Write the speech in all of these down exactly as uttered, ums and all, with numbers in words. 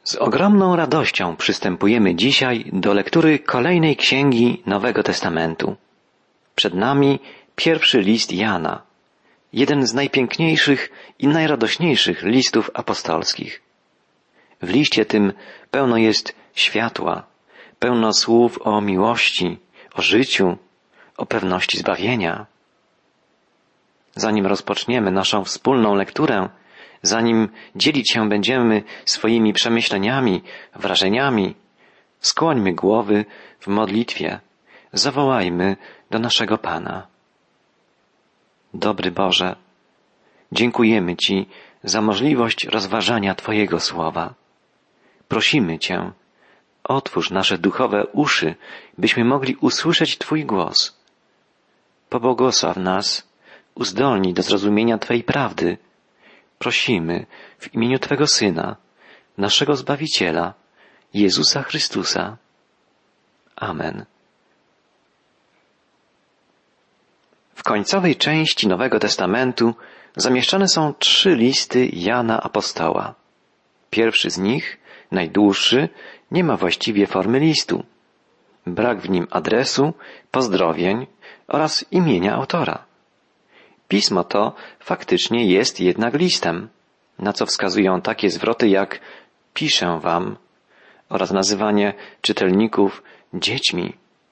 Z ogromną radością przystępujemy dzisiaj do lektury kolejnej księgi Nowego Testamentu. Przed nami pierwszy list Jana, jeden z najpiękniejszych i najradośniejszych listów apostolskich. W liście tym pełno jest światła, pełno słów o miłości, o życiu, o pewności zbawienia. Zanim rozpoczniemy naszą wspólną lekturę, zanim dzielić się będziemy swoimi przemyśleniami, wrażeniami, skłońmy głowy w modlitwie, zawołajmy do naszego Pana. Dobry Boże, dziękujemy Ci za możliwość rozważania Twojego słowa. Prosimy Cię, otwórz nasze duchowe uszy, byśmy mogli usłyszeć Twój głos. Pobłogosław nas, uzdolnij do zrozumienia Twej prawdy. Prosimy w imieniu Twego Syna, naszego Zbawiciela, Jezusa Chrystusa. Amen. W końcowej części Nowego Testamentu zamieszczone są trzy listy Jana Apostoła. Pierwszy z nich, najdłuższy, nie ma właściwie formy listu. Brak w nim adresu, pozdrowień oraz imienia autora. Pismo to faktycznie jest jednak listem, na co wskazują takie zwroty jak piszę wam oraz nazywanie czytelników dziećmi.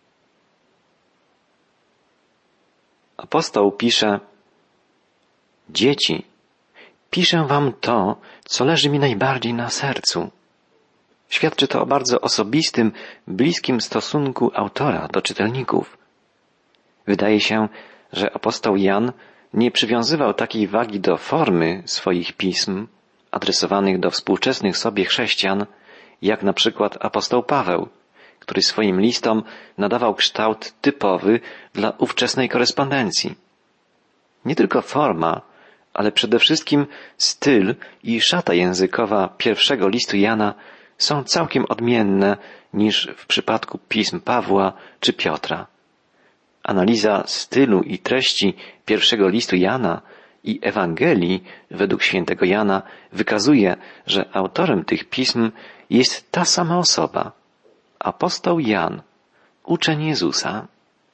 Apostoł pisze: dzieci, piszę wam to, co leży mi najbardziej na sercu. Świadczy to o bardzo osobistym, bliskim stosunku autora do czytelników. Wydaje się, że apostoł Jan nie przywiązywał takiej wagi do formy swoich pism, adresowanych do współczesnych sobie chrześcijan, jak na przykład apostoł Paweł, który swoim listom nadawał kształt typowy dla ówczesnej korespondencji. Nie tylko forma, ale przede wszystkim styl i szata językowa pierwszego listu Jana są całkiem odmienne niż w przypadku pism Pawła czy Piotra. Analiza stylu i treści pierwszego listu Jana i Ewangelii według świętego Jana wykazuje, że autorem tych pism jest ta sama osoba, apostoł Jan, uczeń Jezusa.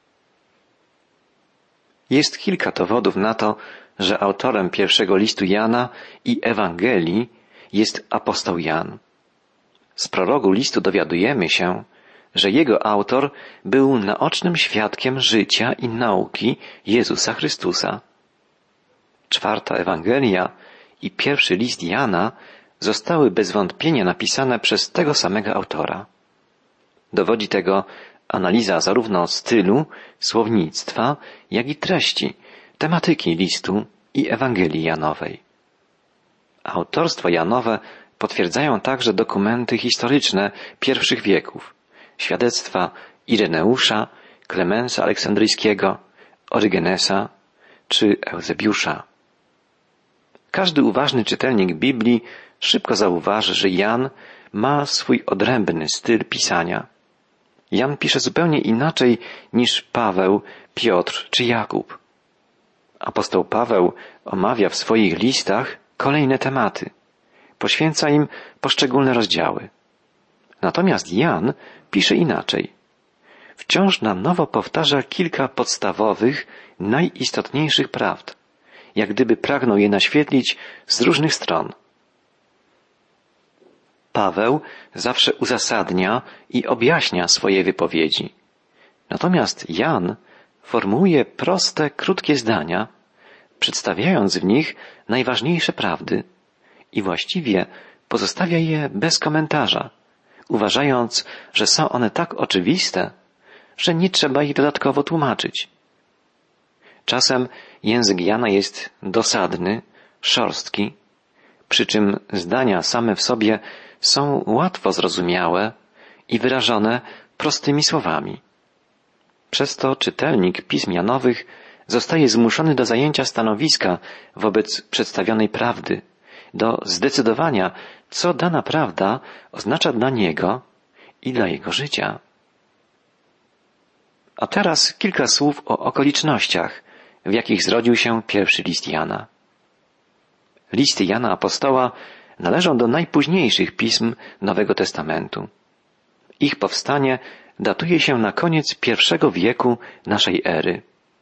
Jest kilka dowodów na to, że autorem pierwszego listu Jana i Ewangelii jest apostoł Jan. Z prologu listu dowiadujemy się, że jego autor był naocznym świadkiem życia i nauki Jezusa Chrystusa. Czwarta Ewangelia i pierwszy list Jana zostały bez wątpienia napisane przez tego samego autora. Dowodzi tego analiza zarówno stylu, słownictwa, jak i treści, tematyki listu i Ewangelii Janowej. Autorstwo Janowe potwierdzają także dokumenty historyczne pierwszych wieków, świadectwa Ireneusza, Klemensa Aleksandryjskiego, Orygenesa czy Eusebiusza. Każdy uważny czytelnik Biblii szybko zauważy, że Jan ma swój odrębny styl pisania. Jan pisze zupełnie inaczej niż Paweł, Piotr czy Jakub. Apostoł Paweł omawia w swoich listach kolejne tematy. Poświęca im poszczególne rozdziały. Natomiast Jan pisze inaczej. Wciąż na nowo powtarza kilka podstawowych, najistotniejszych prawd, jak gdyby pragnął je naświetlić z różnych stron. Paweł zawsze uzasadnia i objaśnia swoje wypowiedzi. Natomiast Jan formułuje proste, krótkie zdania, przedstawiając w nich najważniejsze prawdy i właściwie pozostawia je bez komentarza, uważając, że są one tak oczywiste, że nie trzeba ich dodatkowo tłumaczyć. Czasem język Jana jest dosadny, szorstki, przy czym zdania same w sobie są łatwo zrozumiałe i wyrażone prostymi słowami. Przez to czytelnik pism Janowych zostaje zmuszony do zajęcia stanowiska wobec przedstawionej prawdy, do zdecydowania, co dana prawda oznacza dla niego i dla jego życia. A teraz kilka słów o okolicznościach, w jakich zrodził się pierwszy list Jana. Listy Jana Apostoła należą do najpóźniejszych pism Nowego Testamentu. Ich powstanie datuje się na koniec pierwszego wieku naszej ery.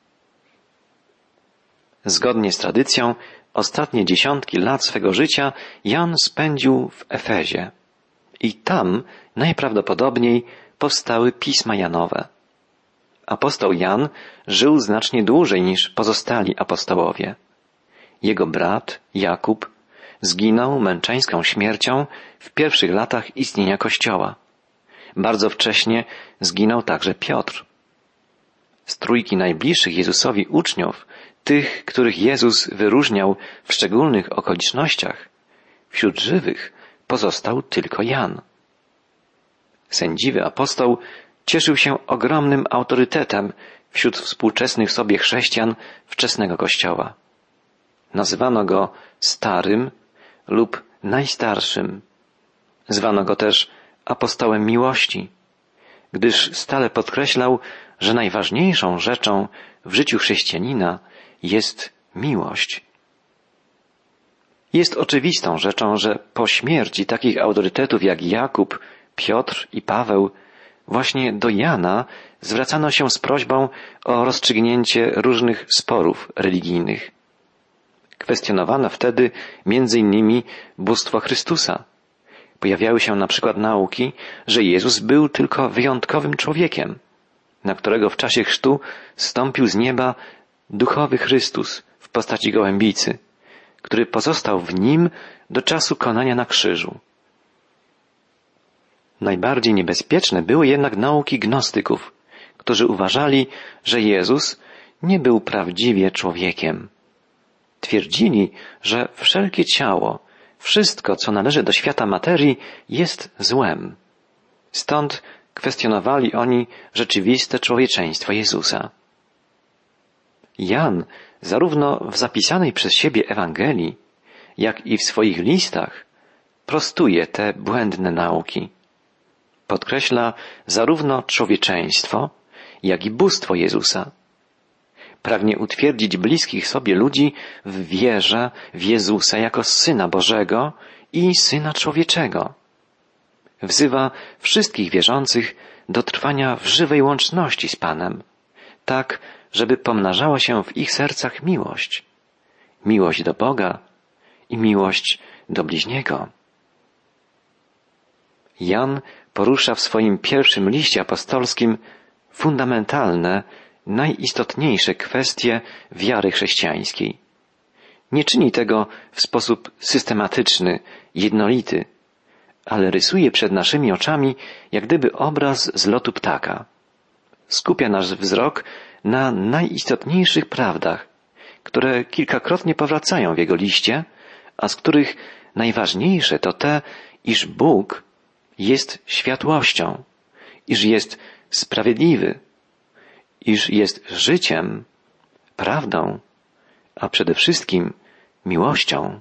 Zgodnie z tradycją, ostatnie dziesiątki lat swego życia Jan spędził w Efezie. I tam najprawdopodobniej powstały pisma Janowe. Apostoł Jan żył znacznie dłużej niż pozostali apostołowie. Jego brat, Jakub, zginął męczeńską śmiercią w pierwszych latach istnienia Kościoła. Bardzo wcześnie zginął także Piotr. Z trójki najbliższych Jezusowi uczniów, tych, których Jezus wyróżniał w szczególnych okolicznościach, wśród żywych pozostał tylko Jan. Sędziwy apostoł cieszył się ogromnym autorytetem wśród współczesnych sobie chrześcijan wczesnego Kościoła. Nazywano go starym lub najstarszym. Zwano go też apostołem miłości, gdyż stale podkreślał, że najważniejszą rzeczą w życiu chrześcijanina jest miłość. Jest oczywistą rzeczą, że po śmierci takich autorytetów jak Jakub, Piotr i Paweł, właśnie do Jana zwracano się z prośbą o rozstrzygnięcie różnych sporów religijnych. Kwestionowano wtedy między innymi bóstwo Chrystusa. Pojawiały się na przykład nauki, że Jezus był tylko wyjątkowym człowiekiem, na którego w czasie chrztu zstąpił z nieba duchowy Chrystus w postaci gołębicy, który pozostał w nim do czasu konania na krzyżu. Najbardziej niebezpieczne były jednak nauki gnostyków, którzy uważali, że Jezus nie był prawdziwie człowiekiem. Twierdzili, że wszelkie ciało, wszystko, co należy do świata materii, jest złem. Stąd kwestionowali oni rzeczywiste człowieczeństwo Jezusa. Jan, zarówno w zapisanej przez siebie Ewangelii, jak i w swoich listach, prostuje te błędne nauki. Podkreśla zarówno człowieczeństwo, jak i bóstwo Jezusa. Pragnie utwierdzić bliskich sobie ludzi w wierze w Jezusa jako Syna Bożego i Syna Człowieczego. Wzywa wszystkich wierzących do trwania w żywej łączności z Panem, tak, żeby pomnażała się w ich sercach miłość. Miłość do Boga i miłość do bliźniego. Jan porusza w swoim pierwszym liście apostolskim fundamentalne, najistotniejsze kwestie wiary chrześcijańskiej. Nie czyni tego w sposób systematyczny, jednolity, ale rysuje przed naszymi oczami jak gdyby obraz z lotu ptaka. Skupia nasz wzrok na najistotniejszych prawdach, które kilkakrotnie powracają w jego liście, a z których najważniejsze to te, iż Bóg jest światłością, iż jest sprawiedliwy, iż jest życiem, prawdą, a przede wszystkim miłością.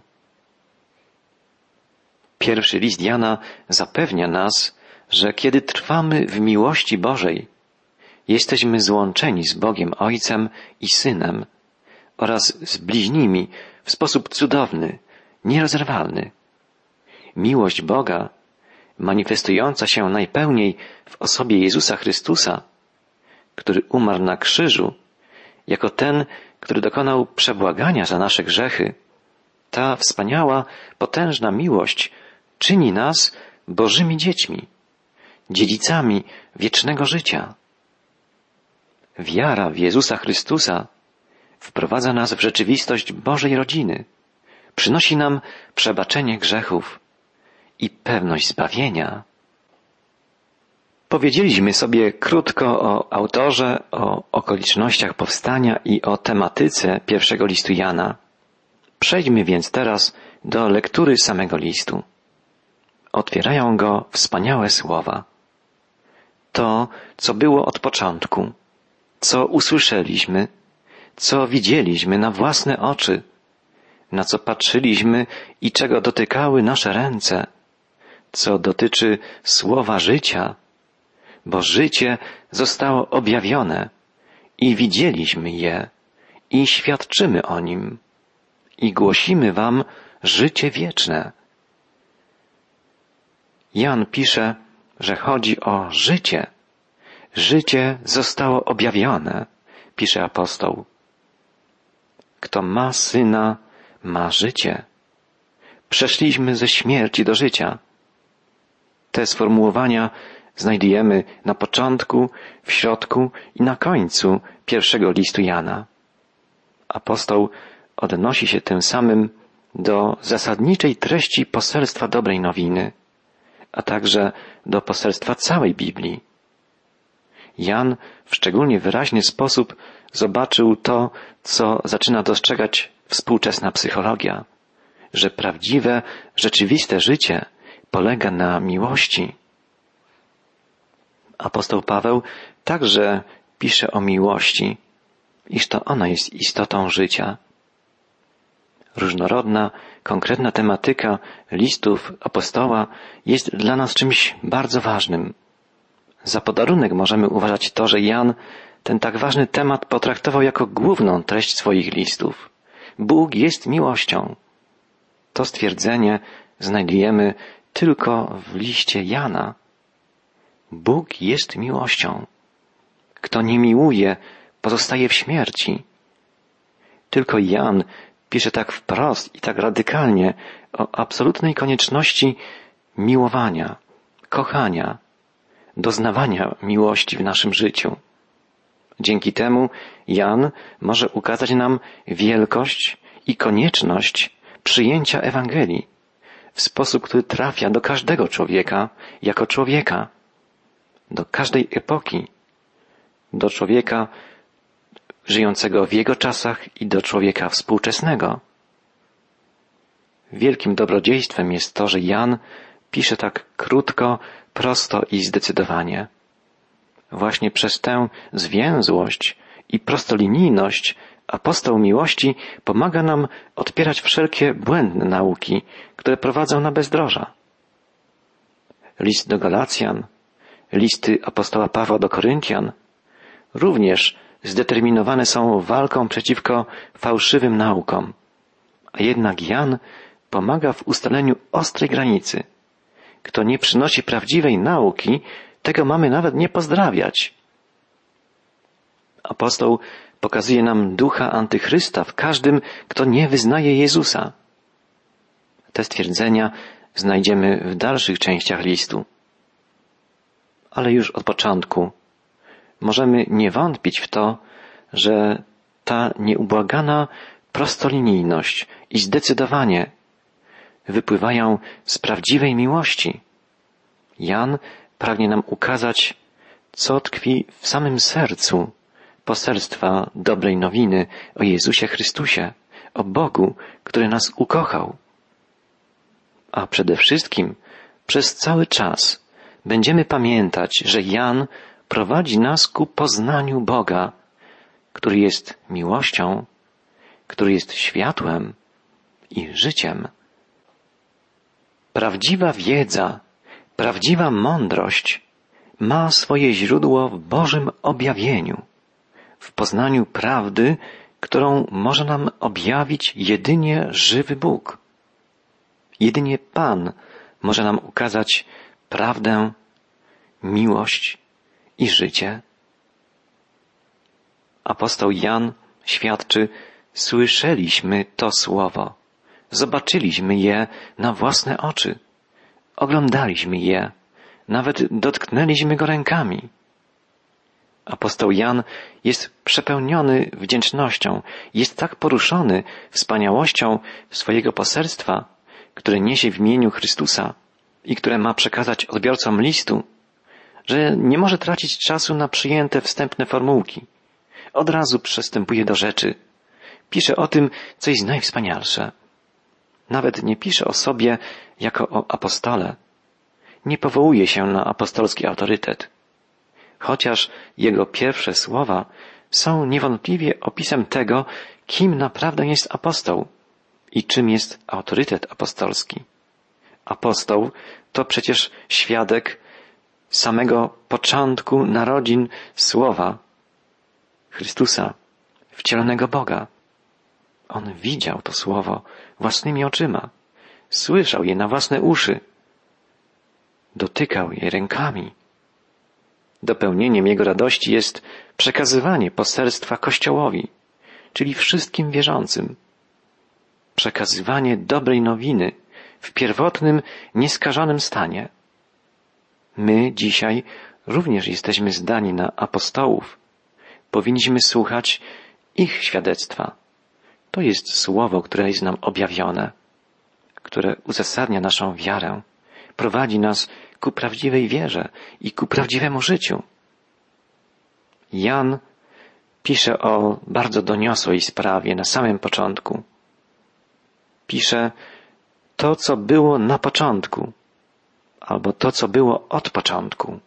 Pierwszy list Jana zapewnia nas, że kiedy trwamy w miłości Bożej, jesteśmy złączeni z Bogiem Ojcem i Synem oraz z bliźnimi w sposób cudowny, nierozerwalny. Miłość Boga, manifestująca się najpełniej w osobie Jezusa Chrystusa, który umarł na krzyżu, jako ten, który dokonał przebłagania za nasze grzechy, ta wspaniała, potężna miłość czyni nas Bożymi dziećmi, dziedzicami wiecznego życia. Wiara w Jezusa Chrystusa wprowadza nas w rzeczywistość Bożej rodziny, przynosi nam przebaczenie grzechów i pewność zbawienia. Powiedzieliśmy sobie krótko o autorze, o okolicznościach powstania i o tematyce pierwszego listu Jana. Przejdźmy więc teraz do lektury samego listu. Otwierają go wspaniałe słowa. To, co było od początku, co usłyszeliśmy, co widzieliśmy na własne oczy, na co patrzyliśmy i czego dotykały nasze ręce, co dotyczy słowa życia, bo życie zostało objawione i widzieliśmy je i świadczymy o nim i głosimy wam życie wieczne, Jan pisze, że chodzi o życie. Życie zostało objawione, pisze apostoł. Kto ma Syna, ma życie. Przeszliśmy ze śmierci do życia. Te sformułowania znajdujemy na początku, w środku i na końcu pierwszego listu Jana. Apostoł odnosi się tym samym do zasadniczej treści poselstwa dobrej nowiny, a także do poselstwa całej Biblii. Jan w szczególnie wyraźny sposób zobaczył to, co zaczyna dostrzegać współczesna psychologia, że prawdziwe, rzeczywiste życie polega na miłości. Apostoł Paweł także pisze o miłości, iż to ona jest istotą życia. Różnorodna, konkretna tematyka listów apostoła jest dla nas czymś bardzo ważnym. Za podarunek możemy uważać to, że Jan ten tak ważny temat potraktował jako główną treść swoich listów. Bóg jest miłością. To stwierdzenie znajdujemy tylko w liście Jana. Bóg jest miłością. Kto nie miłuje, pozostaje w śmierci. Tylko Jan pisze tak wprost i tak radykalnie o absolutnej konieczności miłowania, kochania, doznawania miłości w naszym życiu. Dzięki temu Jan może ukazać nam wielkość i konieczność przyjęcia Ewangelii w sposób, który trafia do każdego człowieka jako człowieka, do każdej epoki, do człowieka żyjącego w jego czasach i do człowieka współczesnego. Wielkim dobrodziejstwem jest to, że Jan pisze tak krótko, prosto i zdecydowanie. Właśnie przez tę zwięzłość i prostolinijność apostoł miłości pomaga nam odpierać wszelkie błędne nauki, które prowadzą na bezdroża. List do Galacjan, listy apostoła Pawła do Koryntian również zdeterminowane są walką przeciwko fałszywym naukom, a jednak Jan pomaga w ustaleniu ostrej granicy. Kto nie przynosi prawdziwej nauki, tego mamy nawet nie pozdrawiać. Apostoł pokazuje nam ducha antychrysta w każdym, kto nie wyznaje Jezusa. Te stwierdzenia znajdziemy w dalszych częściach listu. Ale już od początku możemy nie wątpić w to, że ta nieubłagana prostolinijność i zdecydowanie wypływają z prawdziwej miłości. Jan pragnie nam ukazać, co tkwi w samym sercu poselstwa dobrej nowiny o Jezusie Chrystusie, o Bogu, który nas ukochał. A przede wszystkim przez cały czas będziemy pamiętać, że Jan prowadzi nas ku poznaniu Boga, który jest miłością, który jest światłem i życiem. Prawdziwa wiedza, prawdziwa mądrość ma swoje źródło w Bożym objawieniu, w poznaniu prawdy, którą może nam objawić jedynie żywy Bóg. Jedynie Pan może nam ukazać prawdę, miłość i życie. Apostoł Jan świadczy, słyszeliśmy to słowo, zobaczyliśmy je na własne oczy, oglądaliśmy je, nawet dotknęliśmy go rękami. Apostoł Jan jest przepełniony wdzięcznością, jest tak poruszony wspaniałością swojego poselstwa, które niesie w imieniu Chrystusa i które ma przekazać odbiorcom listu, że nie może tracić czasu na przyjęte wstępne formułki. Od razu przystępuje do rzeczy. Pisze o tym, co jest najwspanialsze. Nawet nie pisze o sobie jako o apostole. Nie powołuje się na apostolski autorytet. Chociaż jego pierwsze słowa są niewątpliwie opisem tego, kim naprawdę jest apostoł i czym jest autorytet apostolski. Apostoł to przecież świadek samego początku narodzin Słowa Chrystusa, wcielonego Boga. On widział to Słowo własnymi oczyma, słyszał je na własne uszy. dotykał jej rękami. Dopełnieniem jego radości jest przekazywanie poselstwa Kościołowi, czyli wszystkim wierzącym. Przekazywanie dobrej nowiny w pierwotnym, nieskażonym stanie. My dzisiaj również jesteśmy zdani na apostołów. Powinniśmy słuchać ich świadectwa. To jest słowo, które jest nam objawione, które uzasadnia naszą wiarę, prowadzi nas ku prawdziwej wierze i ku prawdziwemu życiu. Jan pisze o bardzo doniosłej sprawie na samym początku. Pisze to, co było na początku, albo to, co było od początku.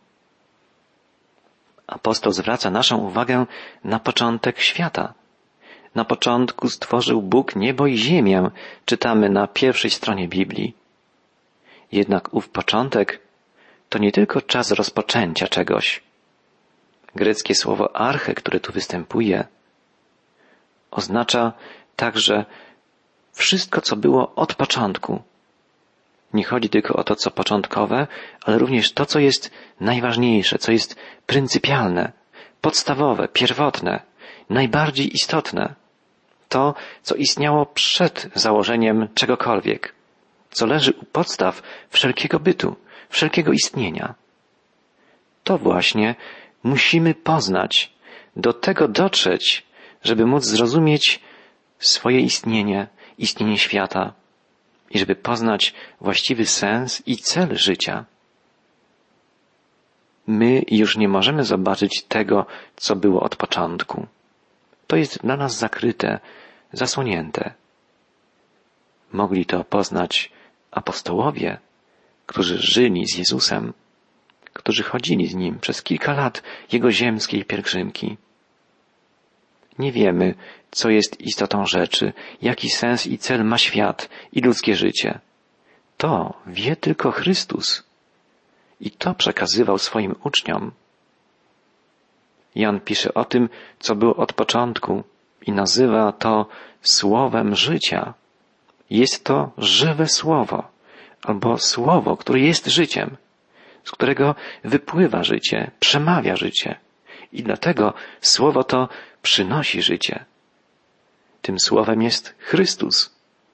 Apostoł zwraca naszą uwagę na początek świata. Na początku stworzył Bóg niebo i ziemię, czytamy na pierwszej stronie Biblii. Jednak ów początek to nie tylko czas rozpoczęcia czegoś. Greckie słowo arche, które tu występuje, oznacza także wszystko, co było od początku. Nie chodzi tylko o to, co początkowe, ale również to, co jest najważniejsze, co jest pryncypialne, podstawowe, pierwotne, najbardziej istotne. To, co istniało przed założeniem czegokolwiek, co leży u podstaw wszelkiego bytu, wszelkiego istnienia. To właśnie musimy poznać, do tego dotrzeć, żeby móc zrozumieć swoje istnienie, istnienie świata i żeby poznać właściwy sens i cel życia. My już nie możemy zobaczyć tego, co było od początku. To jest dla nas zakryte, zasłonięte. Mogli to poznać apostołowie, którzy żyli z Jezusem, którzy chodzili z Nim przez kilka lat Jego ziemskiej pielgrzymki. Nie wiemy, co jest istotą rzeczy, jaki sens i cel ma świat i ludzkie życie. To wie tylko Chrystus. I to przekazywał swoim uczniom. Jan pisze o tym, co było od początku i nazywa to słowem życia. Jest to żywe słowo, albo słowo, które jest życiem, z którego wypływa życie, przemawia życie. I dlatego słowo to przynosi życie. Tym słowem jest Chrystus.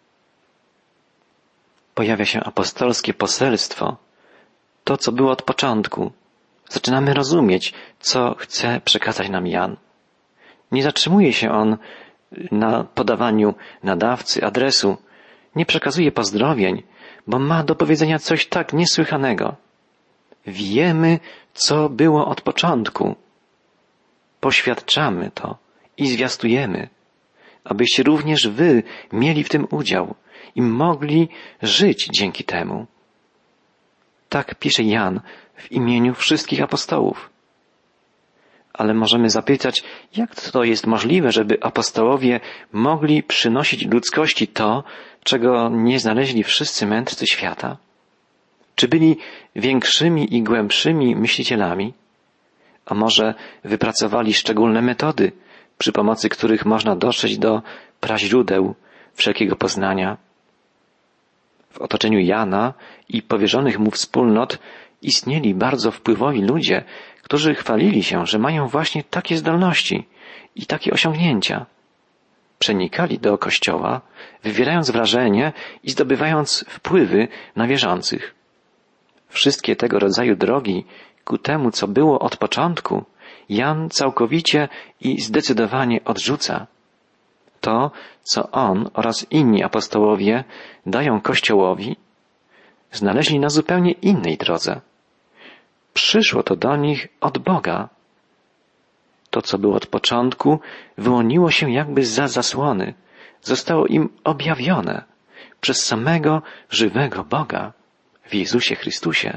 Pojawia się apostolskie poselstwo, to, co było od początku. Zaczynamy rozumieć, co chce przekazać nam Jan. Nie zatrzymuje się on na podawaniu nadawcy, adresu. Nie przekazuje pozdrowień, bo ma do powiedzenia coś tak niesłychanego. Wiemy, co było od początku. Poświadczamy to i zwiastujemy, abyście również wy mieli w tym udział i mogli żyć dzięki temu. Tak pisze Jan w imieniu wszystkich apostołów. Ale możemy zapytać, jak to jest możliwe, żeby apostołowie mogli przynosić ludzkości to, czego nie znaleźli wszyscy mędrcy świata? Czy byli większymi i głębszymi myślicielami? A może wypracowali szczególne metody, przy pomocy których można dotrzeć do praźródeł wszelkiego poznania? W otoczeniu Jana i powierzonych mu wspólnot istnieli bardzo wpływowi ludzie, którzy chwalili się, że mają właśnie takie zdolności i takie osiągnięcia. Przenikali do Kościoła, wywierając wrażenie i zdobywając wpływy na wierzących. Wszystkie tego rodzaju drogi ku temu, co było od początku, Jan całkowicie i zdecydowanie odrzuca. To, co on oraz inni apostołowie dają Kościołowi, znaleźli na zupełnie innej drodze. Przyszło to do nich od Boga. To, co było od początku, wyłoniło się jakby zza zasłony. Zostało im objawione przez samego żywego Boga w Jezusie Chrystusie.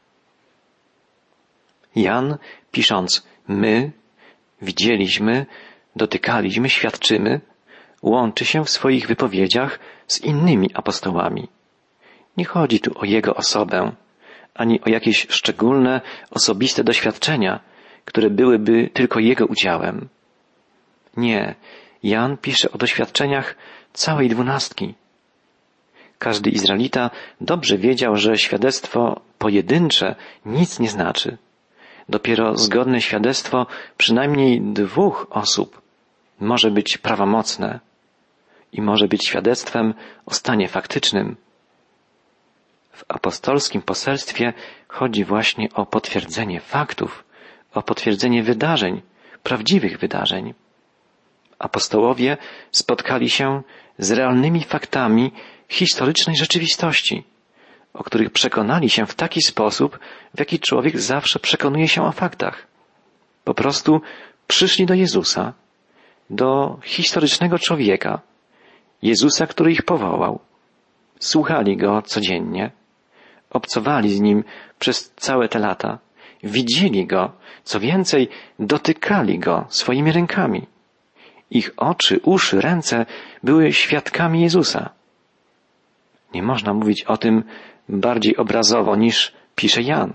Jan, pisząc my, widzieliśmy, dotykaliśmy, świadczymy, łączy się w swoich wypowiedziach z innymi apostołami. Nie chodzi tu o jego osobę, ani o jakieś szczególne, osobiste doświadczenia, które byłyby tylko jego udziałem. Nie, Jan pisze o doświadczeniach całej dwunastki. Każdy Izraelita dobrze wiedział, że świadectwo pojedyncze nic nie znaczy. Dopiero zgodne świadectwo przynajmniej dwóch osób może być prawomocne i może być świadectwem o stanie faktycznym. W apostolskim poselstwie chodzi właśnie o potwierdzenie faktów, o potwierdzenie wydarzeń, prawdziwych wydarzeń. Apostołowie spotkali się z realnymi faktami historycznej rzeczywistości, o których przekonali się w taki sposób, w jaki człowiek zawsze przekonuje się o faktach. Po prostu przyszli do Jezusa, do historycznego człowieka, Jezusa, który ich powołał. Słuchali Go codziennie, obcowali z Nim przez całe te lata, widzieli Go, co więcej, dotykali Go swoimi rękami. Ich oczy, uszy, ręce były świadkami Jezusa. Nie można mówić o tym bardziej obrazowo niż pisze Jan.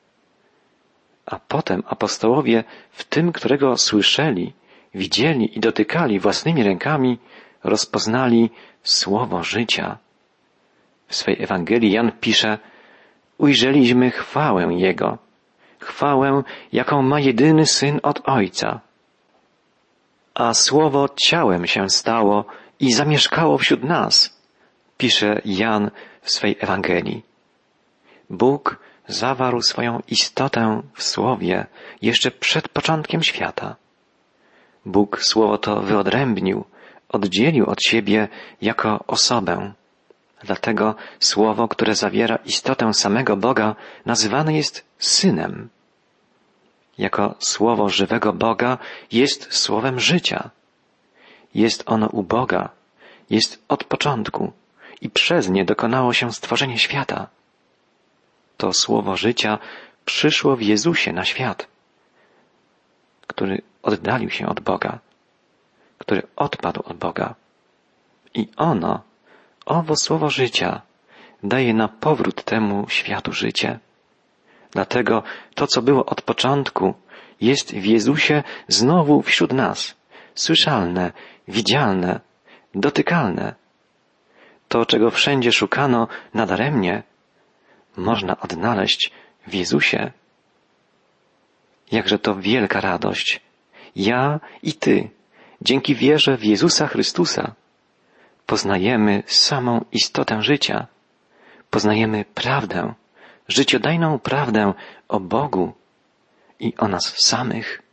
A potem apostołowie w tym, którego słyszeli, widzieli i dotykali własnymi rękami, rozpoznali słowo życia. W swej Ewangelii Jan pisze: ujrzeliśmy chwałę Jego, chwałę, jaką ma jedyny Syn od Ojca. A słowo ciałem się stało i zamieszkało wśród nas, pisze Jan w swej Ewangelii. Bóg zawarł swoją istotę w Słowie jeszcze przed początkiem świata. Bóg Słowo to wyodrębnił, oddzielił od siebie jako osobę. Dlatego Słowo, które zawiera istotę samego Boga, nazywane jest Synem. Jako Słowo żywego Boga jest Słowem życia. Jest ono u Boga, jest od początku i przez nie dokonało się stworzenie świata. To Słowo życia przyszło w Jezusie na świat, który oddalił się od Boga, który odpadł od Boga. I ono, owo Słowo życia, daje na powrót temu światu życie. Dlatego to, co było od początku, jest w Jezusie znowu wśród nas, słyszalne, widzialne, dotykalne. To, czego wszędzie szukano nadaremnie, można odnaleźć w Jezusie. Jakże to wielka radość. Ja i Ty, dzięki wierze w Jezusa Chrystusa, poznajemy samą istotę życia. Poznajemy prawdę, życiodajną prawdę o Bogu i o nas samych.